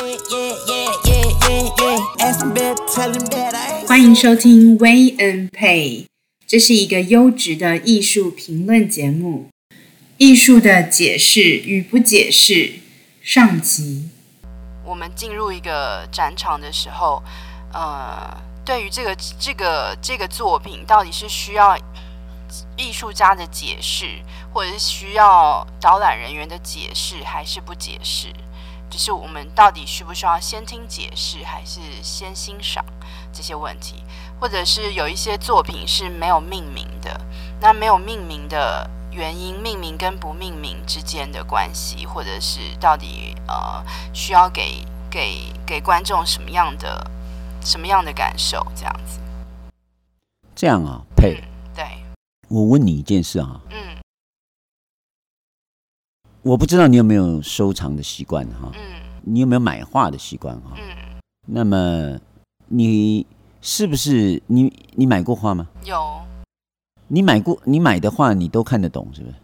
欢迎收听 Weigh and Pay， 这是一个优质的艺术评论节目，艺术的解释与不解释，上集。 我们进入一个展场的时候，对于这个作品到底是需要艺术家的解释，或者是需要导览人员的解释，还是不解释？就是我们到底需不需要先听解释，还是先欣赏这些问题？或者是有一些作品是没有命名的，那没有命名的原因，命名跟不命名之间的关系，或者是到底需要给观众什么样的感受？这样子。 这样啊，佩， 对， 我问你一件事啊，我不知道你有没有收藏的习惯哈，你有没有买画的习惯哈？那么你是不是你买过画吗？ 有。 你买的画你都看得懂是不是？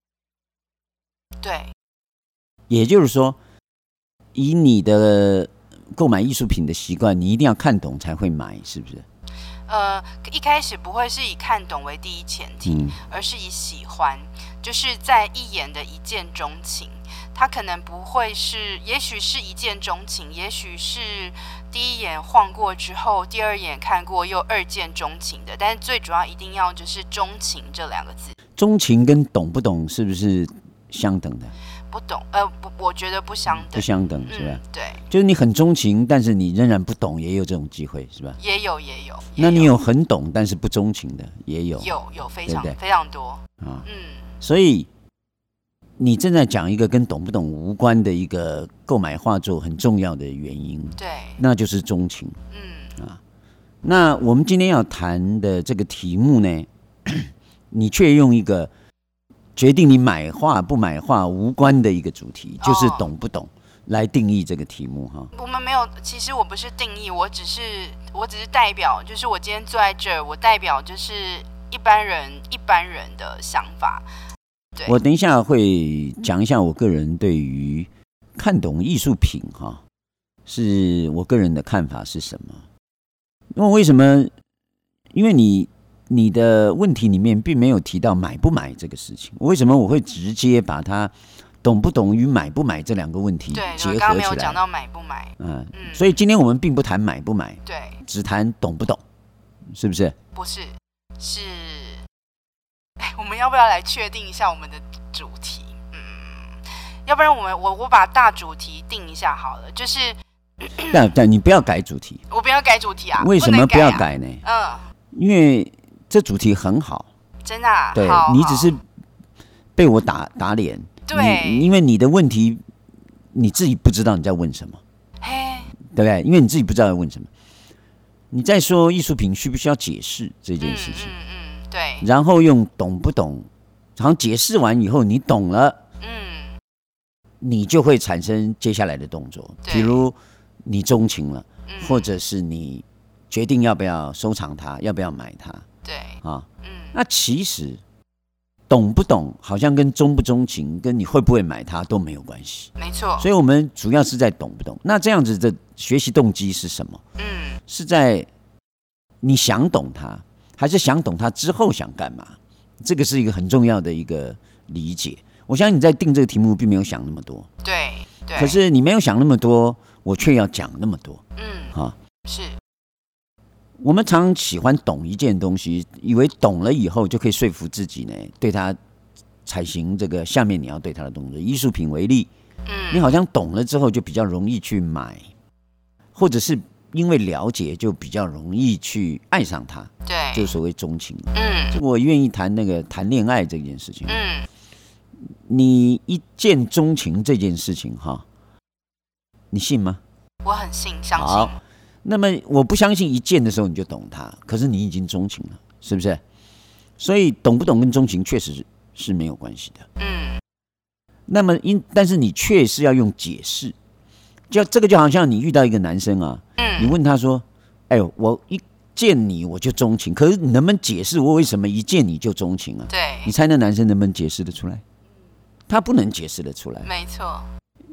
对。也就是说，以你的购买艺术品的习惯，你一定要看懂才会买，是不是？ 一开始不会是以看懂为第一前提，而是以喜欢，就是在一眼的一见钟情。它可能不会是，也许是一见钟情，也许是第一眼晃过之后，第二眼看过又二见钟情的。但是最主要一定要就是钟情这两个字。 钟情跟懂不懂是不是相等的？ 不懂，我觉得不相等。 不相等是吧？ 对， 就是你很钟情，但是你仍然不懂，也有这种机会是吧？ 也有。 那你有很懂但是不钟情的，也有。 有非常对对非常多啊。 所以你正在讲一个跟懂不懂无关的一个购买画作很重要的原因， 对， 那就是钟情。那我们今天要谈的这个题目呢，你却用一个决定你买画不买画无关的一个主题，就是懂不懂来定义这个题目哈。 我们没有，其实我不是定义，我只是代表，就是我今天坐在这儿，我代表就是一般人的想法。对， 我等一下会讲一下我个人对于看懂艺术品哈，是我个人的看法是什么。因为为什么？因为你的问题里面并没有提到买不买这个事情，为什么我会直接把它懂不懂与买不买这两个问题结合起来？ 对，刚刚没有讲到买不买。 所以今天我们并不谈买不买， 对， 只谈懂不懂，是不是？ 不是，是。我们要不要来确定一下我们的主题？要不然我把大主题定一下好了，就是。 但你不要改主题。 我不要改主题啊？ 为什么不要改呢？因为这主题很好。 真的啊？ 对，你只是被我打脸。 对， 因为你的问题你自己不知道你在问什么，对不对？因为你自己不知道在问什么，你在说艺术品需不需要解释这件事情， 对， 然后用懂不懂，然后解释完以后你懂了，你就会产生接下来的动作，比如你钟情了，或者是你决定要不要收藏它，要不要买它， 对啊，那其实懂不懂好像跟钟不钟情跟你会不会买它都没有关系， 没错。 所以我们主要是在懂不懂。那这样子的学习动机是什么？是在你想懂它，还是想懂它之后想干嘛？这个是一个很重要的一个理解。我相信你在定这个题目并没有想那么多， 对。 可是你没有想那么多，我却要讲那么多， 是。 我们常喜欢懂一件东西，以为懂了以后就可以说服自己呢，对它采行这个下面你要对它的动作。艺术品为例，你好像懂了之后就比较容易去买，或者是因为了解就比较容易去爱上它， 对， 就所谓钟情。我愿意谈谈恋爱这件事情。你一见钟情这件事情哈，你信吗？ 我很信，相信。 好，那么我不相信一见的时候你就懂它，可是你已经钟情了，是不是？所以懂不懂跟钟情确实是没有关系的。那么但是你确实要用解释，这个就好像你遇到一个男生啊，你问他说：“哎呦，我一见你我就钟情，可是你能不能解释我为什么一见你就钟情啊？” 对， 你猜那男生能不能解释得出来？他不能解释得出来， 没错， 因为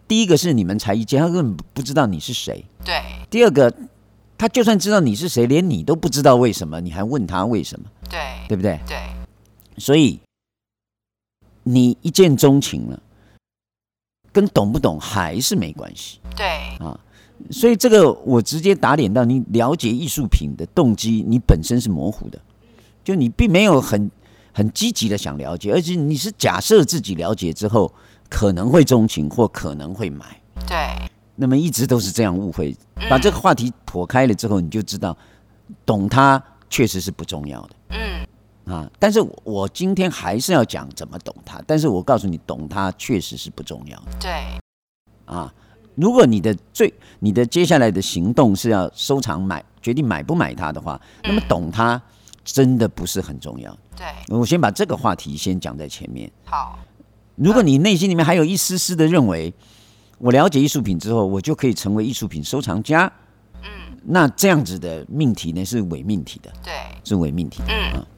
第一个是你们才一见，他根本不知道你是谁。 对。 第二个，他就算知道你是谁，连你都不知道为什么，你还问他为什么？ 对， 对不对？ 对。 所以你一见钟情了，跟懂不懂还是没关系。 对啊，所以这个我直接打脸到你了解艺术品的动机，你本身是模糊的，就你并没有很积极的想了解，而且你是假设自己了解之后可能会钟情或可能会买。 对。 那么一直都是这样误会，把这个话题剖开了之后，你就知道懂它确实是不重要的。但是我今天还是要讲怎么懂它，但是我告诉你，懂它确实是不重要的。 对。 如果你的接下来的行动是要收藏决定买不买它的话，那么懂它真的不是很重要。 对。 我先把这个话题先讲在前面。 好。 如果你内心里面还有一丝丝的认为，我了解艺术品之后，我就可以成为艺术品收藏家，那这样子的命题呢是伪命题的。 对。 是伪命题的。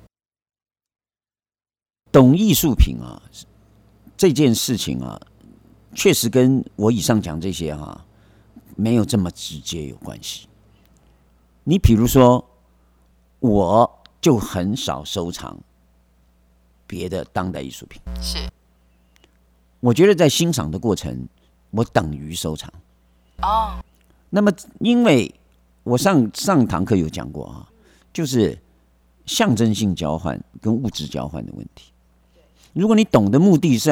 懂艺术品这件事情确实跟我以上讲这些没有这么直接有关系。你比如说，我就很少收藏别的当代艺术品。 是。 我觉得在欣赏的过程，我等于收藏。那么因为我上堂课有讲过就是象征性交换跟物质交换的问题。如果你懂的目的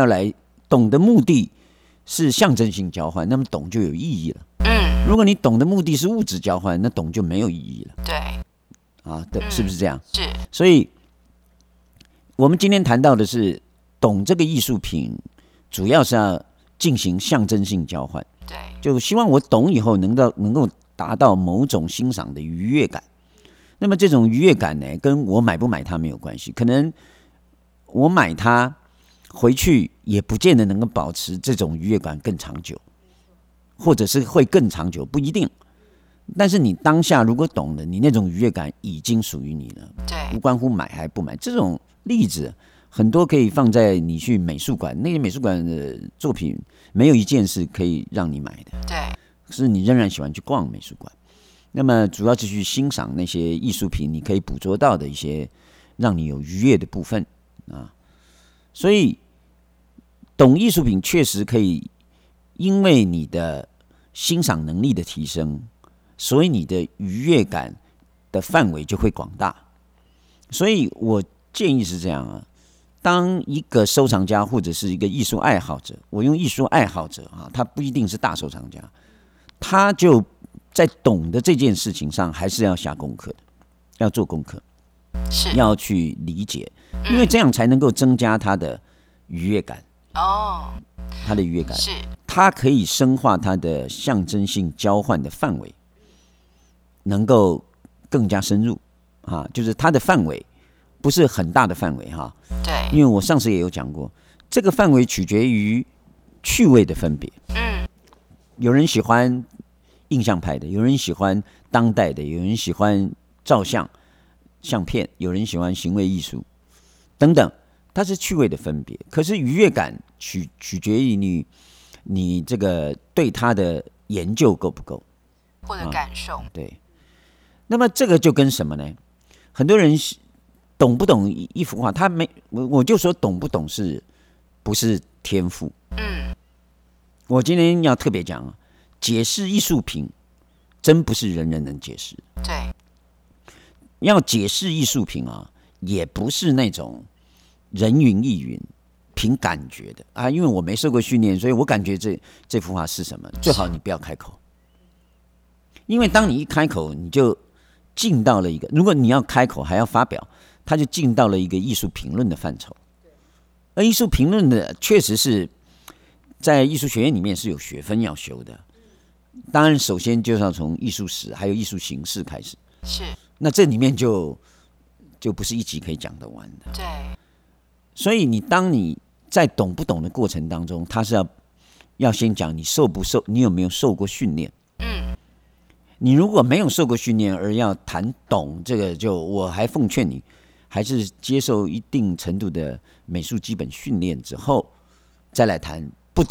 是象征性交换，那么懂就有意义了。如果你懂的目的是物质交换，那懂就没有意义了。 对。 是不是这样？ 是。 所以我们今天谈到的是懂这个艺术品，主要是要进行象征性交换。 对。 就希望我懂以后能够达到某种欣赏的愉悦感。那么这种愉悦感呢，跟我买不买它没有关系。可能我买它回去也不见得能够保持这种愉悦感更长久，或者是会更长久，不一定。但是你当下如果懂了，你那种愉悦感已经属于你了。 对。 无关乎买还不买。这种例子很多可以放在你去美术馆，那些美术馆的作品没有一件是可以让你买的。 对。 可是你仍然喜欢去逛美术馆，那么主要是去欣赏那些艺术品，你可以捕捉到的一些让你有愉悦的部分所以懂艺术品确实可以，因为你的欣赏能力的提升，所以你的愉悦感的范围就会广大。所以我建议是这样当一个收藏家或者是一个艺术爱好者，我用艺术爱好者他不一定是大收藏家，他就在懂的这件事情上还是要下功课的，要做功课，要去理解，因为这样才能够增加他的愉悦感。他的愉悦感是，他可以深化他的象征性交换的范围，能够更加深入就是他的范围不是很大的范围对， 因为我上次也有讲过，这个范围取决于趣味的分别。有人喜欢印象派的，有人喜欢当代的，有人喜欢照相相片，有人喜欢行为艺术等等，它是趣味的分别。可是愉悦感取决于你这个对它的研究够不够， 或者感受。 对。那么这个就跟什么呢？很多人懂不懂一幅画，我就说懂不懂是不是天赋？我今天要特别讲，解释艺术品真不是人人能解释。 对。 要解释艺术品也不是那种人云亦云凭感觉的因为我没受过训练，所以我感觉这幅画是什么，最好你不要开口。因为当你一开口，你就进到了一个，如果你要开口还要发表，它就进到了一个艺术评论的范畴。而艺术评论的确实是在艺术学院里面是有学分要修的，当然首先就是要从艺术史还有艺术形式开始。 是。 那这里面就不是一集可以讲得完的。 对。 所以当你在懂不懂的过程当中，他是要先讲你受不受，你有没有受过训练。你如果没有受过训练而要谈懂这个，我还奉劝你还是接受一定程度的美术基本训练之后再来谈不懂，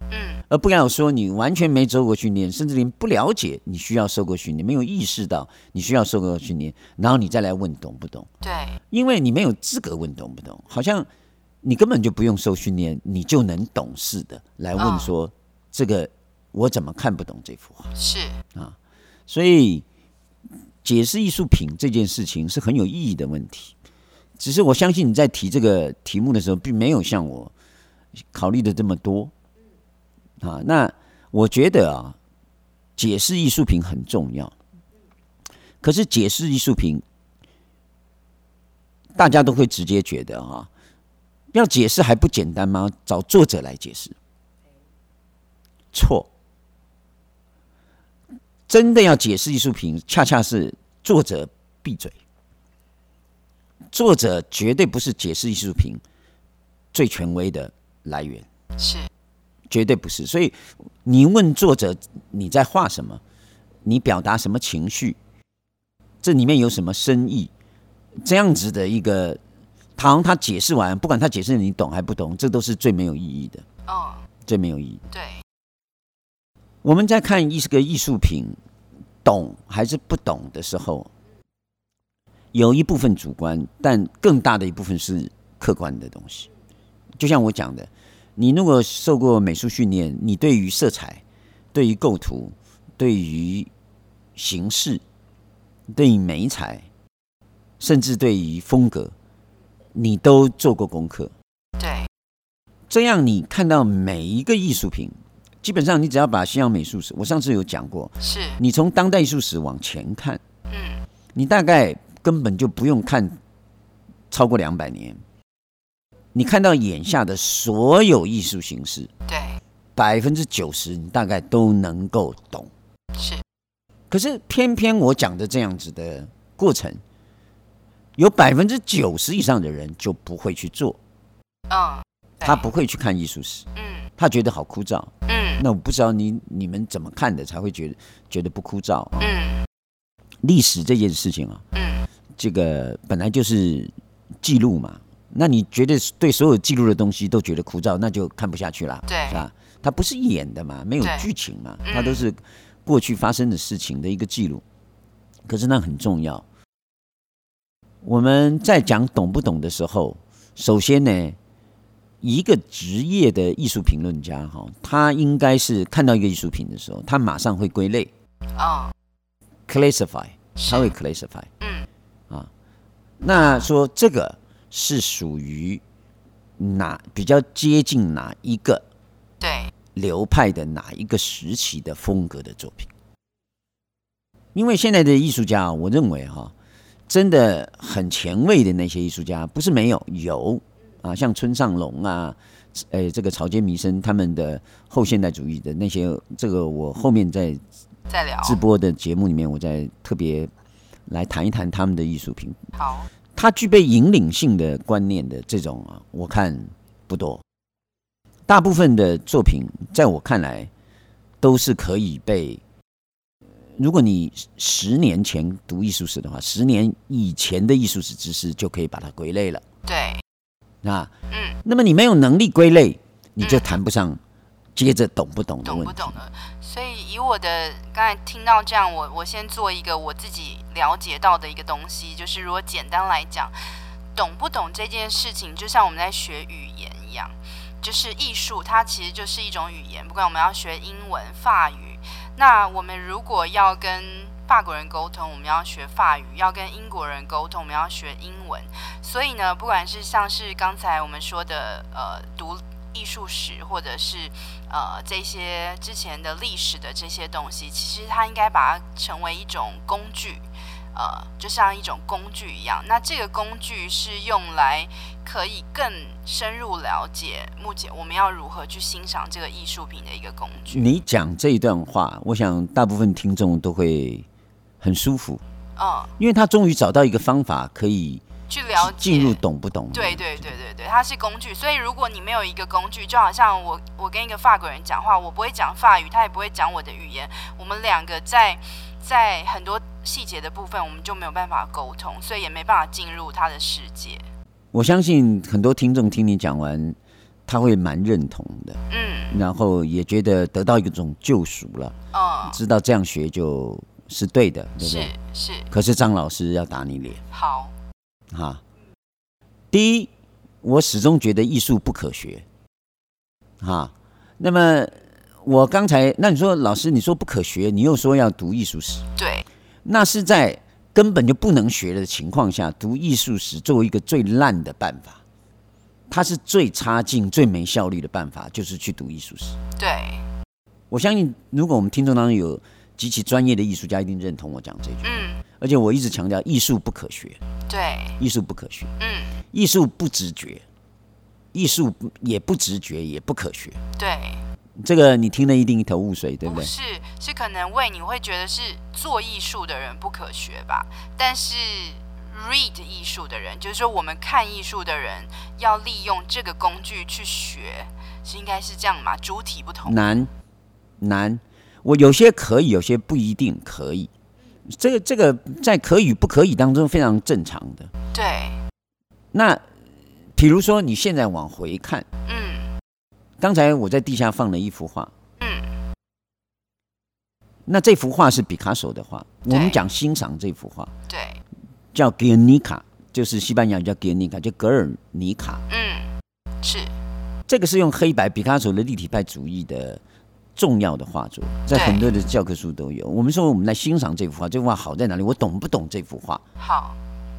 而不要说你完全没受过训练，甚至连不了解你需要受过训练，没有意识到你需要受过训练，然后你再来问懂不懂？ 对， 因为你没有资格问懂不懂，好像你根本就不用受训练，你就能懂似的来问说，这个我怎么看不懂这幅画？ 是啊，所以解释艺术品这件事情是很有意义的问题。只是我相信你在提这个题目的时候，并没有像我考虑的这么多。那我觉得啊，解释艺术品很重要。可是解释艺术品，大家都会直接觉得要解释还不简单吗？找作者来解释。错，真的要解释艺术品，恰恰是作者闭嘴。作者绝对不是解释艺术品最权威的来源， 是绝对不是。所以你问作者你在画什么，你表达什么情绪，这里面有什么深意，这样子的一个，好像他解释完，不管他解释你懂还不懂，这都是最没有意义的。最没有意义。 对。 我们在看一个艺术品，懂还是不懂的时候，有一部分主观，但更大的一部分是客观的东西。就像我讲的，你如果受过美术训练，你对于色彩、对于构图、对于形式、对于媒材，甚至对于风格，你都做过功课。 对， 这样你看到每一个艺术品，基本上你只要把西洋美术史，我上次有讲过， 是你从当代艺术史往前看，你大概根本就不用看超过200年，你看到眼下的所有艺术形式， 对 90%你大概都能够懂。 是， 可是偏偏我讲的这样子的过程，有90%以上的人就不会去做。他不会去看艺术史，他觉得好枯燥。那我不知道你们怎么看的才会觉得不枯燥。历史这件事情这个本来就是记录嘛，那你觉得对所有记录的东西都觉得枯燥，那就看不下去啦， 对， 是吧？它不是演的嘛，没有剧情嘛，它都是过去发生的事情的一个记录。可是那很重要。我们在讲懂不懂的时候，首先呢，一个职业的艺术评论家他应该是看到一个艺术品的时候，他马上会归类，classify， 他会 classify，那说这个是属于比较接近哪一个流派的哪一个时期的风格的作品。因为现在的艺术家，我认为真的很前卫的那些艺术家，不是没有，有像村上隆这个草间弥生他们的后现代主义的那些，这个我后面在聊直播的节目里面，我再特别来谈一谈他们的艺术品。 好， 他具备引领性的观念的这种我看不多。大部分的作品在我看来都是可以被，如果你10年前读艺术史的话，10年以前的艺术史知识就可以把它归类了。 对， 那么你没有能力归类，你就谈不上接着懂不懂的问题。 懂不懂的。所以以我的刚才听到这样，我先做一个我自己了解到的一个东西，就是如果简单来讲，懂不懂这件事情，就像我们在学语言一样，就是艺术它其实就是一种语言，不管我们要学英文、法语，那我们如果要跟法国人沟通，我们要学法语；要跟英国人沟通，我们要学英文。所以呢，不管是像是刚才我们说的读艺术史，或者是这些之前的历史的这些东西，其实它应该把它成为一种工具，就像一种工具一样。那这个工具是用来可以更深入了解目前我们要如何去欣赏这个艺术品的一个工具。你讲这一段话，我想大部分听众都会很舒服，因为他终于找到一个方法可以去了解进入懂不懂。 对，它是工具。所以如果你没有一个工具，就好像我跟一个法国人讲话，我不会讲法语，他也不会讲我的语言，我们两个在很多细节的部分我们就没有办法沟通，所以也没办法进入他的世界。 我相信很多听众听你讲完，他会蛮认同的。 然后也觉得得到一种救赎了，知道这样学就是对的，对不对？ 是。 可是张老师要打你脸。 好。 第一，我始终觉得艺术不可学。那么我刚才，那你说老师，你说不可学，你又说要读艺术史， 对， 那是在根本就不能学的情况下，读艺术史作为一个最烂的办法，它是最差劲、最没效率的办法，就是去读艺术史。 对， 我相信，如果我们听众当中有极其专业的艺术家，一定认同我讲这句话。而且我一直强调，艺术不可学。 对， 艺术不可学。艺术不直觉，艺术也不直觉，也不可学。 对， 这个你听了一定一头雾水，对不对？ 是可能你会觉得是做艺术的人不可学吧，但是 read 艺术的人，就是说我们看艺术的人要利用这个工具去学，是应该是这样嘛？主体不同。 难，我有些可以，有些不一定可以。这个在可以不可以当中非常正常的。 对。 那比如说你现在往回看，刚才我在地下放了一幅画，那这幅画是毕卡索的画，我们讲欣赏这幅画， 对， 叫格尔尼卡，就是西班牙语叫格尔尼卡，叫格尔尼卡， 是这个是用黑白毕卡索的立体派主义的重要的画作，在很多的教科书都有。我们说我们来欣赏这幅画，这幅画好在哪里？我懂不懂这幅画？ 好。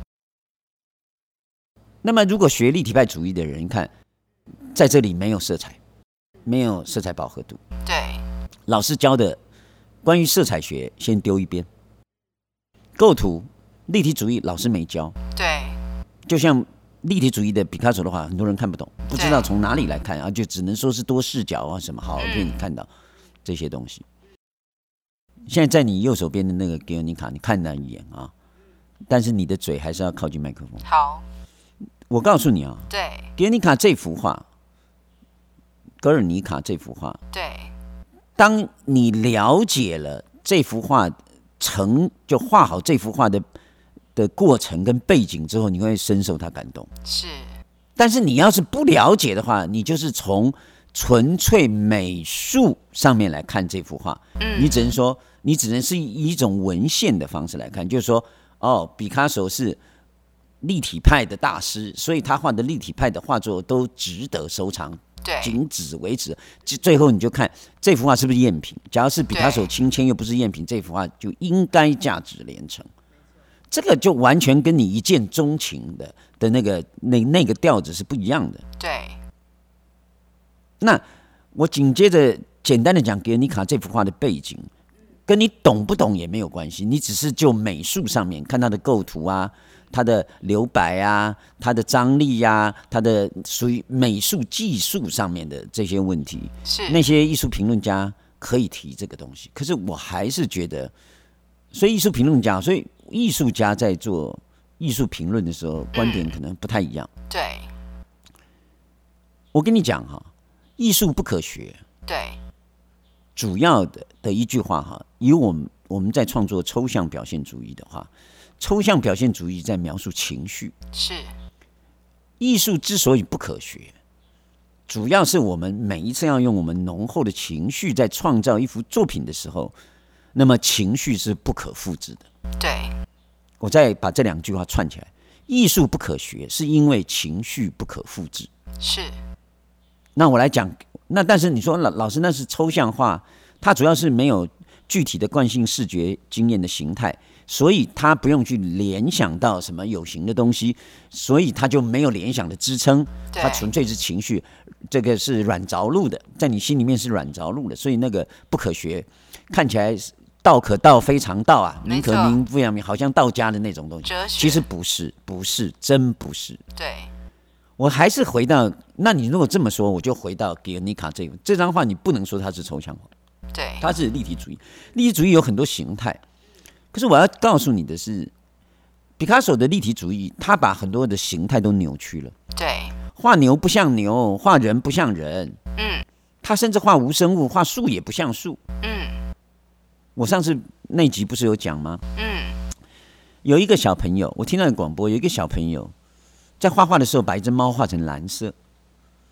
那么如果学立体派主义的人看，在这里没有色彩，没有色彩饱和度。 对， 老师教的关于色彩学先丢一边。构图立体主义老师没教。 对， 就像立体主义的毕卡索的话，很多人看不懂，不知道从哪里来看啊，就只能说是多视角啊什么，好给你看到这些东西。现在在你右手边的那个格尔尼卡，你看那一眼啊，但是你的嘴还是要靠近麦克风。 好， 我告诉你啊， 对， 格尔尼卡这幅画，格尔尼卡这幅画， 对， 当你了解了这幅画就画好这幅画的过程跟背景之后，你会深受它感动。 是， 但是你要是不了解的话，你就是从纯粹美术上面来看这幅画，你只能是以一种文献的方式来看，就是说，毕卡索是立体派的大师，所以他画的立体派的画作都值得收藏，仅止为止。最后你就看这幅画是不是赝品，假如是毕卡索亲签又不是赝品，这幅画就应该价值连城。这个就完全跟你一见钟情的那个调子是不一样的。 对。 那我紧接着简单的讲格尔尼卡这幅画的背景，跟你懂不懂也没有关系，你只是就美术上面看它的构图啊，它的留白啊，它的张力啊，它的属于美术技术上面的这些问题， 是那些艺术评论家可以提这个东西。可是我还是觉得，所以艺术家在做艺术评论的时候，观点可能不太一样。 对， 我跟你讲哈，艺术不可学。 对， 主要的一句话哈，以我们在创作抽象表现主义的话，抽象表现主义在描述情绪。 是， 艺术之所以不可学，主要是我们每一次要用我们浓厚的情绪在创造一幅作品的时候，那么情绪是不可复制的。 对， 我再把这两句话串起来，艺术不可学是因为情绪不可复制。 是。 那我来讲，那但是你说老师那是抽象化，它主要是没有具体的惯性视觉经验的形态，所以它不用去联想到什么有形的东西，所以它就没有联想的支撑，它纯粹是情绪，这个是软着陆的，在你心里面是软着陆的，所以那个不可学，看起来道可道非常道啊，名可名不扬名，好像道家的那种东西，其实不是，真不是。 对。 我还是回到，那你如果这么说，我就回到格尔尼卡这张画，你不能说它是抽象画， 对， 它是立体主义。立体主义有很多形态，可是我要告诉你的是，毕卡索的立体主义，他把很多的形态都扭曲了。 对， 画牛不像牛，画人不像人。他甚至画无生物，画树也不像树。我上次那集不是有讲吗？有一个小朋友，我听到广播，有一个小朋友在画画的时候把一只猫画成蓝色，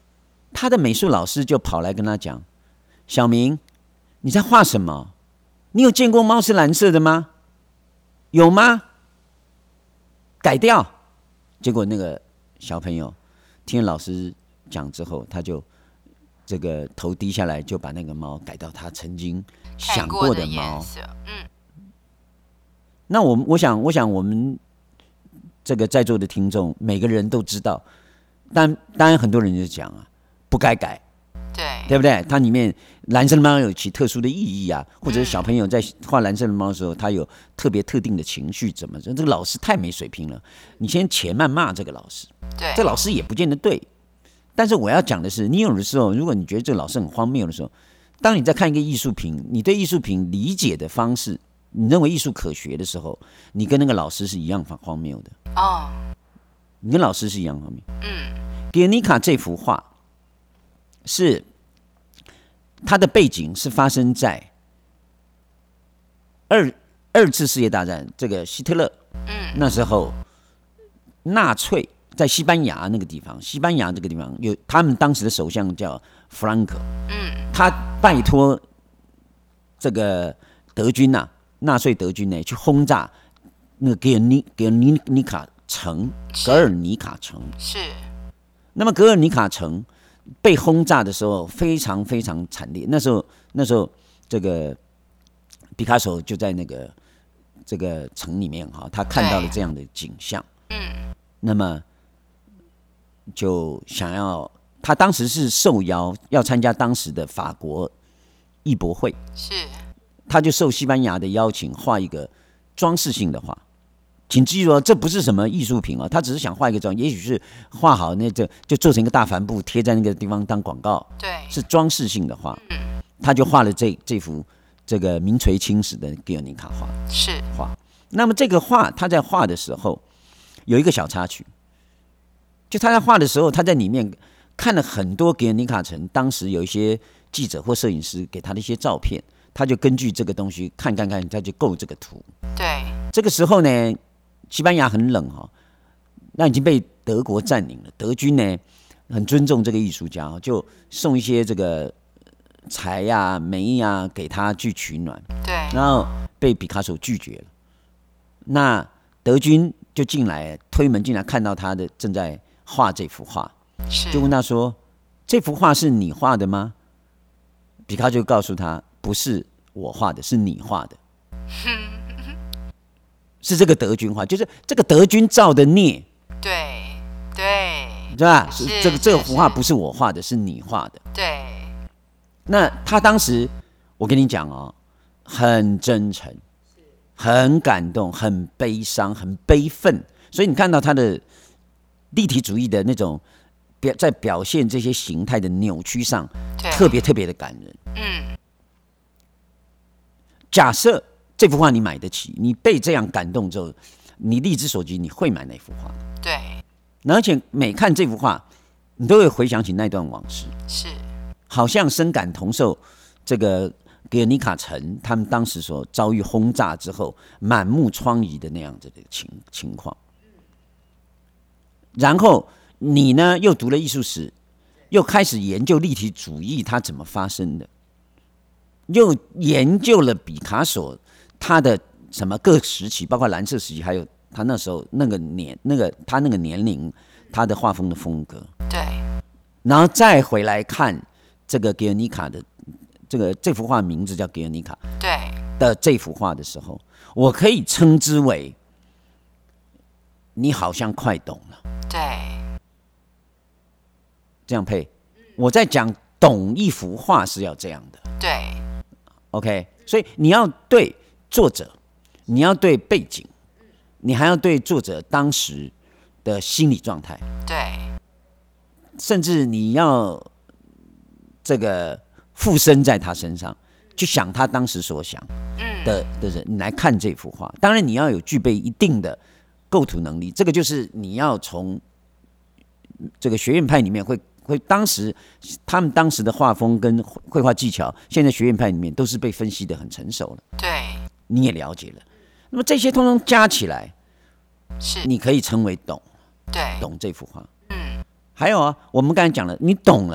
他的美术老师就跑来跟他讲：“小明，你在画什么？你有见过猫是蓝色的吗？有吗？改掉。”结果那个小朋友听老师讲之后，他就这个头低下来，就把那个猫改到他曾经想过的猫。那我想我们这个在座的听众，每个人都知道，当然很多人就讲啊，不该改，对不对？它里面蓝色的猫有其特殊的意义啊，或者是小朋友在画蓝色的猫的时候，他有特定的情绪，怎么？这个老师太没水平了，你先且慢骂这个老师， 对， 这个老师也不见得对。但是我要讲的是，你有的时候，如果你觉得这个老师很荒谬的时候，当你在看一个艺术品，你对艺术品理解的方式，你认为艺术可学的时候，你跟那个老师是一样荒谬的。你跟老师是一样荒谬。格尔尼卡这幅画是它的背景是发生在二次世界大战，这个希特勒，那时候纳粹在西班牙那个地方，西班牙这个地方有他们当时的首相叫弗兰克，他拜托这个德军啊，纳粹德军呢去轰炸那个格尔尼卡城，是。那么格尔尼卡城被轰炸的时候非常非常惨烈，那时候这个毕卡索就在那个这个城里面哈，他看到了这样的景象，那么就想要，他当时是受邀要参加当时的法国艺博会， 是，他就受西班牙的邀请画一个装饰性的画。请记住，这不是什么艺术品哦，他只是想画一个装，也许是画好那就做成一个大帆布贴在那个地方当广告， 对， 是装饰性的画。他就画了这幅这个名垂青史的格尔尼卡画， 是画。那么这个画他在画的时候有一个小插曲，就他在画的时候，他在里面看了很多格尔尼卡城当时有一些记者或摄影师给他的一些照片，他就根据这个东西看，他就构这个图。 对， 这个时候呢，西班牙很冷哈，那已经被德国占领了。德军呢很尊重这个艺术家，就送一些这个柴呀、煤呀给他去取暖。 对， 然后被毕卡索拒绝了。那德军就进来，推门进来，看到他正在画这幅画，就问他说：“这幅画是你画的吗？”毕卡索就告诉他：“不是我画的，是你画的。”是这个德军画，就是这个德军造的孽。 对， 对吧？这个幅画不是我画的，是你画的。 对。 那他当时，我跟你讲哦，很真诚，很感动，很悲伤，很悲愤。所以你看到他的立体主义的那种在表现这些形态的扭曲上，特别的感人。假设这幅画你买得起，你被这样感动之后，你立之所及，你会买那幅画。 对， 而且每看这幅画，你都会回想起那段往事， 是， 好像深感同受这个格尔尼卡城他们当时所遭遇轰炸之后满目疮痍的那样子的情况。然后你呢，又读了艺术史，又开始研究立体主义它怎么发生的，又研究了毕卡索他的什么各时期，包括蓝色时期，还有他那时候他那个年龄，他的画风的风格。 对。 然后再回来看这个格尔尼卡的这幅画名字叫格尔尼卡， 对的这幅画的时候，我可以称之为你好像快懂了。 对。 这样配，我在讲懂一幅画是要这样的。 对。 OK， 所以你要对作者，你要对背景，你还要对作者当时的心理状态。 对。 甚至你要这个附身在他身上，去想他当时所想的人，你来看这幅画。当然，你要有具备一定的构图能力，这个就是你要从这个学院派里面会他们当时的画风跟绘画技巧，现在学院派里面都是被分析的很成熟了。 对， 你也了解了。那么这些通通加起来， 是你可以称为懂。 对， 懂这幅画。还有啊，我们刚才讲了，你懂了，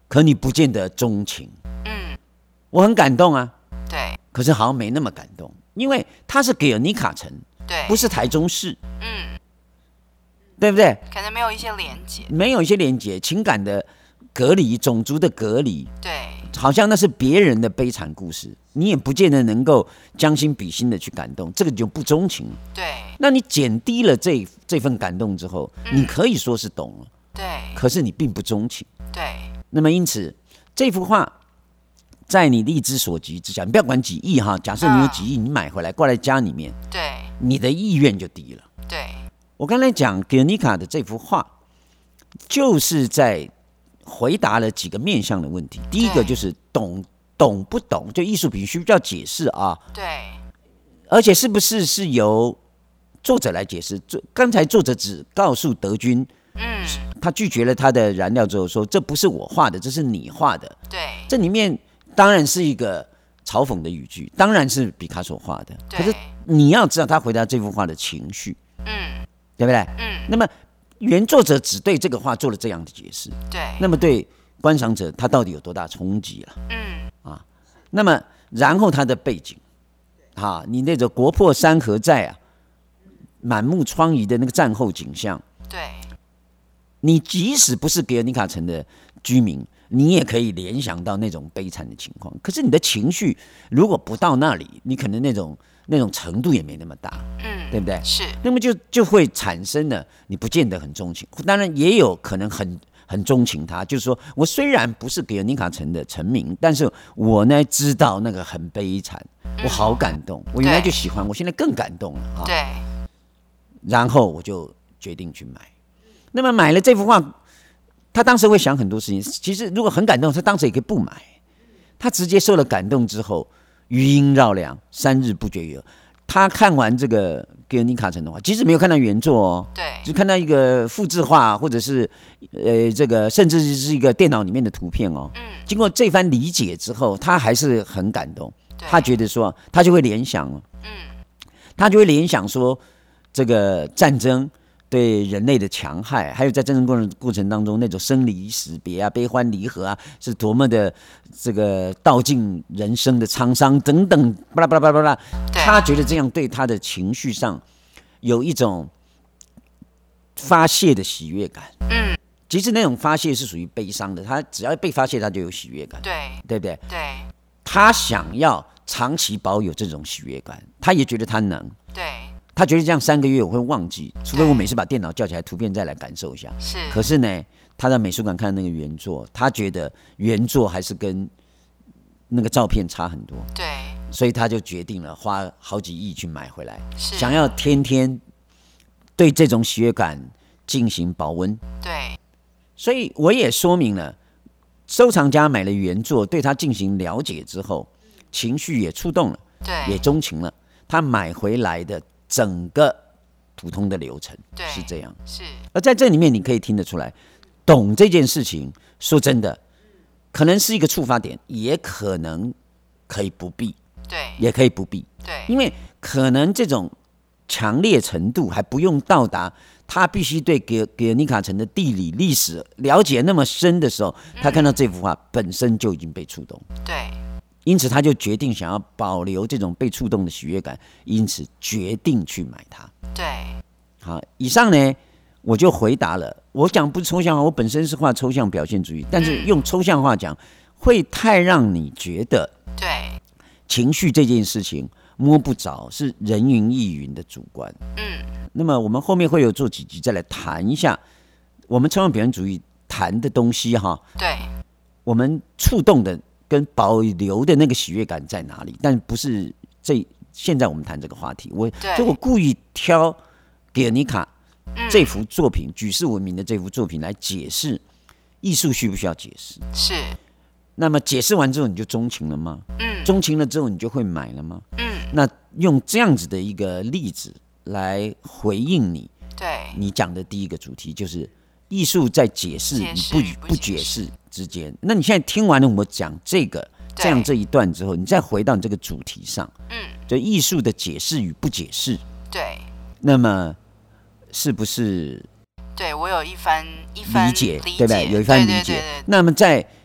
可你不见得钟情。 嗯， 我很感动啊， 对， 可是好像没那么感动，因为它是给尔尼卡城， 对， 不是台中市， 嗯， 对不对？ 可能没有一些连结， 没有一些连结，情感的隔离，种族的隔离， 对， 好像那是别人的悲惨故事，你也不见得能够将心比心的去感动，这个就不钟情。 对， 那你减低了这份感动之后，你可以说是懂了， 对， 可是你并不钟情。 对， 那么因此，这幅画在你力之所及之下，你不要管几亿哈，假设你有几亿，你买回来挂在家里面， 对， 你的意愿就低了。 对， 我刚才讲格尼卡的这幅画，就是在回答了几个面向的问题。第一个就是懂不懂，就艺术品需不需要解释啊？ 对， 而且是不是由作者来解释？刚才作者只告诉德军，他拒绝了他的燃料之后说，这不是我画的，这是你画的。 对， 这里面当然是一个嘲讽的语句，当然是毕卡索画的。可是你要知道他回答这幅画的情绪，对不对？那么原作者只对这个画做了这样的解释， 对， 那么对观赏者他到底有多大冲击了？那么然后他的背景，你那个国破山河在啊，满目疮痍的那个战后景象， 对， 你即使不是格尔尼卡城的居民，你也可以联想到那种悲惨的情况。可是你的情绪如果不到那里，你可能那种程度也没那么大，对不对？ 是。 那么就会产生了你不见得很钟情，当然也有可能很钟情他，就是说我虽然不是格尔尼卡城的臣民，但是我呢知道那个很悲惨，我好感动，我原来就喜欢，我现在更感动了， 对。 然后我就决定去买。那么买了这幅画，他当时会想很多事情。其实如果很感动，他当时也可以不买。他直接受了感动之后，余音绕梁，3日不绝于耳。他看完这个格尔尼卡城的话，即使没有看到原作哦， 对， 只看到一个复制画，或者是这个甚至是一个电脑里面的图片哦。经过这番理解之后，他还是很感动。他觉得说，他就会联想了，他就会联想说，这个战争对人类的戕害，还有在战争过程当中那种生离死别啊、悲欢离合啊，是多么的这个道尽人生的沧桑等等，巴拉巴拉巴拉巴拉。他觉得这样对他的情绪上有一种发泄的喜悦感。其实那种发泄是属于悲伤的，他只要被发泄，他就有喜悦感，对不对？ 对。 他想要长期保有这种喜悦感，他也觉得他能。 对。 他觉得这样3个月我会忘记，除非我每次把电脑叫起来，图片再来感受一下。 是。 可是呢，他在美术馆看那个原作，他觉得原作还是跟那个照片差很多。 对。 所以他就决定了花好几亿去买回来，想要天天对这种喜悦感进行保温。 对。 所以我也说明了，收藏家买了原作，对他进行了解之后，情绪也触动了，也钟情了。他买回来的整个普通的流程是这样。 是。 而在这里面，你可以听得出来，懂这件事情，说真的，可能是一个触发点，也可能可以不必。 对。 也可以不必。 对。 因为可能这种强烈程度还不用到达他必须对格尔尼卡城的地理历史了解那么深的时候，他看到这幅画本身就已经被触动。 对。 因此他就决定想要保留这种被触动的喜悦感，因此决定去买它。 对。 好，以上呢我就回答了。我讲不是抽象化，我本身是画抽象表现主义，但是用抽象化讲会太让你觉得对情绪这件事情摸不着，是人云亦云的主观。那么我们后面会有做几集再来谈一下我们抽象表现主义谈的东西哈。 对， 我们触动的跟保留的那个喜悦感在哪里？但不是现在我们谈这个话题，我故意挑格尔尼卡这幅作品，举世闻名的这幅作品来解释艺术需不需要解释？ 是。 那么解释完之后，你就钟情了吗？钟情了之后，你就会买了吗？那用这样子的一个例子来回应你讲的第一个主题，就是艺术在解释与不解释之间。那你现在听完了我讲这样这一段之后，你再回到你这个主题上，就艺术的解释与不解释。 对。 那么是不是？ 对，我有一番理解，对不对？有一番理解。那么在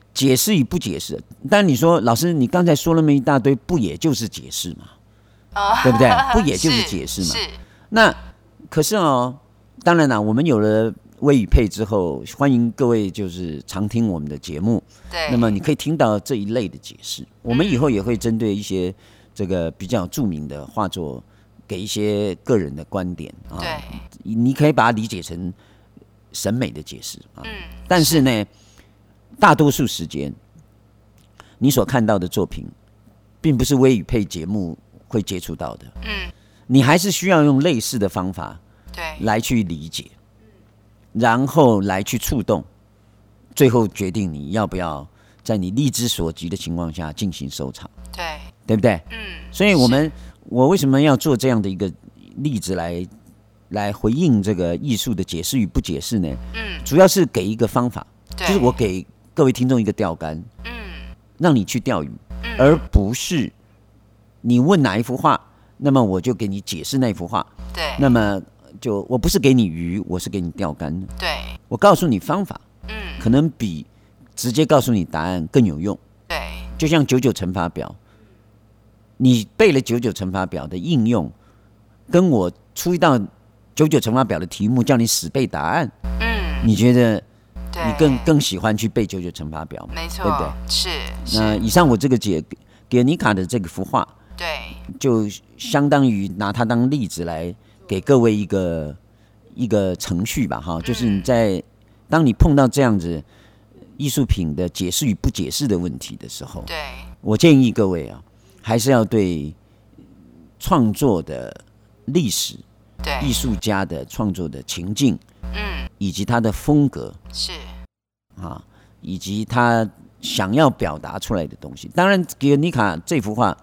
解释与不解释，但你说老师，你刚才说那么一大堆，不也就是解释嘛？对不对？不也就是解释嘛？那可是当然啦，我们有了微语配之后，欢迎各位就是常听我们的节目。 对， 那么你可以听到这一类的解释。我们以后也会针对一些这个比较著名的画作，给一些个人的观点啊。对，你可以把它理解成审美的解释啊。但是呢，大多数时间你所看到的作品，并不是微语配节目会接触到的。你还是需要用类似的方法，来去理解，然后来去触动，最后决定你要不要在你力之所及的情况下进行收藏，对不对？所以我为什么要做这样的一个例子来回应这个艺术的解释与不解释呢？主要是给一个方法，就是我给各位听众一个钓竿，让你去钓鱼，而不是你问哪一幅画，那么我就给你解释那幅画。对，那么我不是给你鱼，我是给你钓竿。对，我告诉你方法，可能比直接告诉你答案更有用。对，就像99乘法表，你背了99乘法表的应用，跟我出一道99乘法表的题目叫你死背答案，你觉得你更喜欢去背99乘法表吗？没错，对不对？是。那以上我这个给尼卡的这个幅画，就相当于拿它当例子来给各位一个程序吧，哈，就是当你碰到这样子艺术品的解释与不解释的问题的时候，我建议各位啊，还是要对创作的历史、艺术家的创作的情境，以及他的风格，以及他想要表达出来的东西。当然，吉尔尼卡这幅画，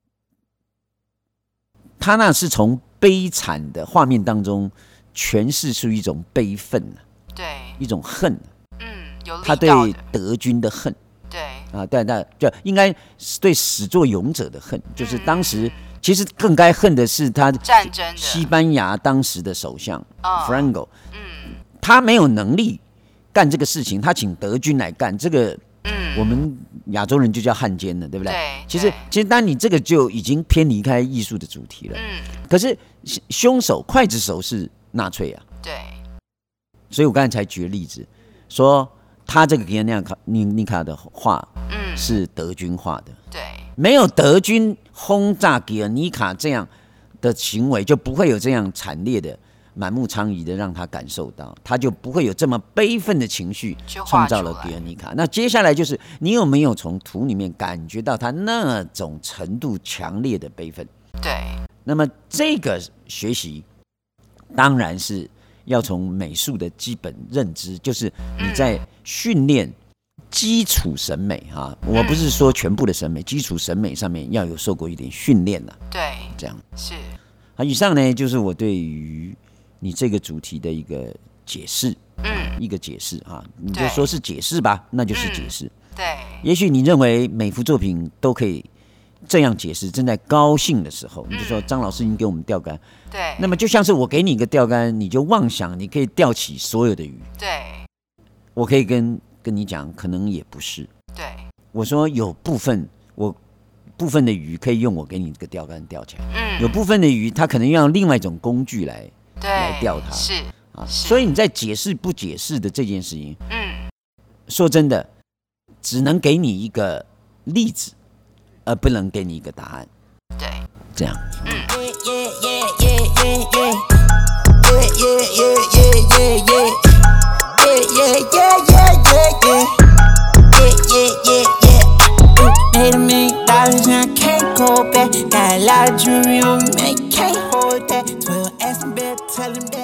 他那是从悲惨的画面当中诠释出一种悲愤，一种恨，有力道的，他对德军的恨，就应该是对始作俑者的恨，就是当时其实更该恨的是他战争的西班牙当时的首相Franco，他没有能力干这个事情，他请德军来干这个。我们亚洲人就叫汉奸了，对不对？其实当然你这个就已经偏离开艺术的主题了。可是凶手刽子手是纳粹啊。所以我刚才才举了例子，说他这个吉尔尼卡的画，是德军画的。没有德军轰炸吉尔尼卡这样的行为，就不会有这样惨烈的。满目疮痍的让他感受到，他就不会有这么悲愤的情绪，创造了吉尔尼卡。那接下来就是你有没有从图里面感觉到他那种程度强烈的悲愤？那么这个学习当然是要从美术的基本认知，就是你在训练基础审美我不是说全部的审美，基础审美上面要有受过一点训练了。这样是。以上呢就是我对于你这个主题的一个解释，一个解释你就说是解释吧，那就是解释。也许你认为每幅作品都可以这样解释，正在高兴的时候，你就说张老师已经给我们钓竿，那么就像是我给你一个钓竿，你就妄想你可以钓起所有的鱼，我可以跟你讲，可能也不是。我说有部分的鱼可以用我给你这个钓竿钓起来，有部分的鱼它可能要用另外一种工具来钓它，所以你在解释不解释的这件事情，说真的，只能给你一个例子，而不能给你一个答案。这样。$1 million and I can't go back. Got a lot of jewelry on me, can't hold that. 12 asking better, tell him that.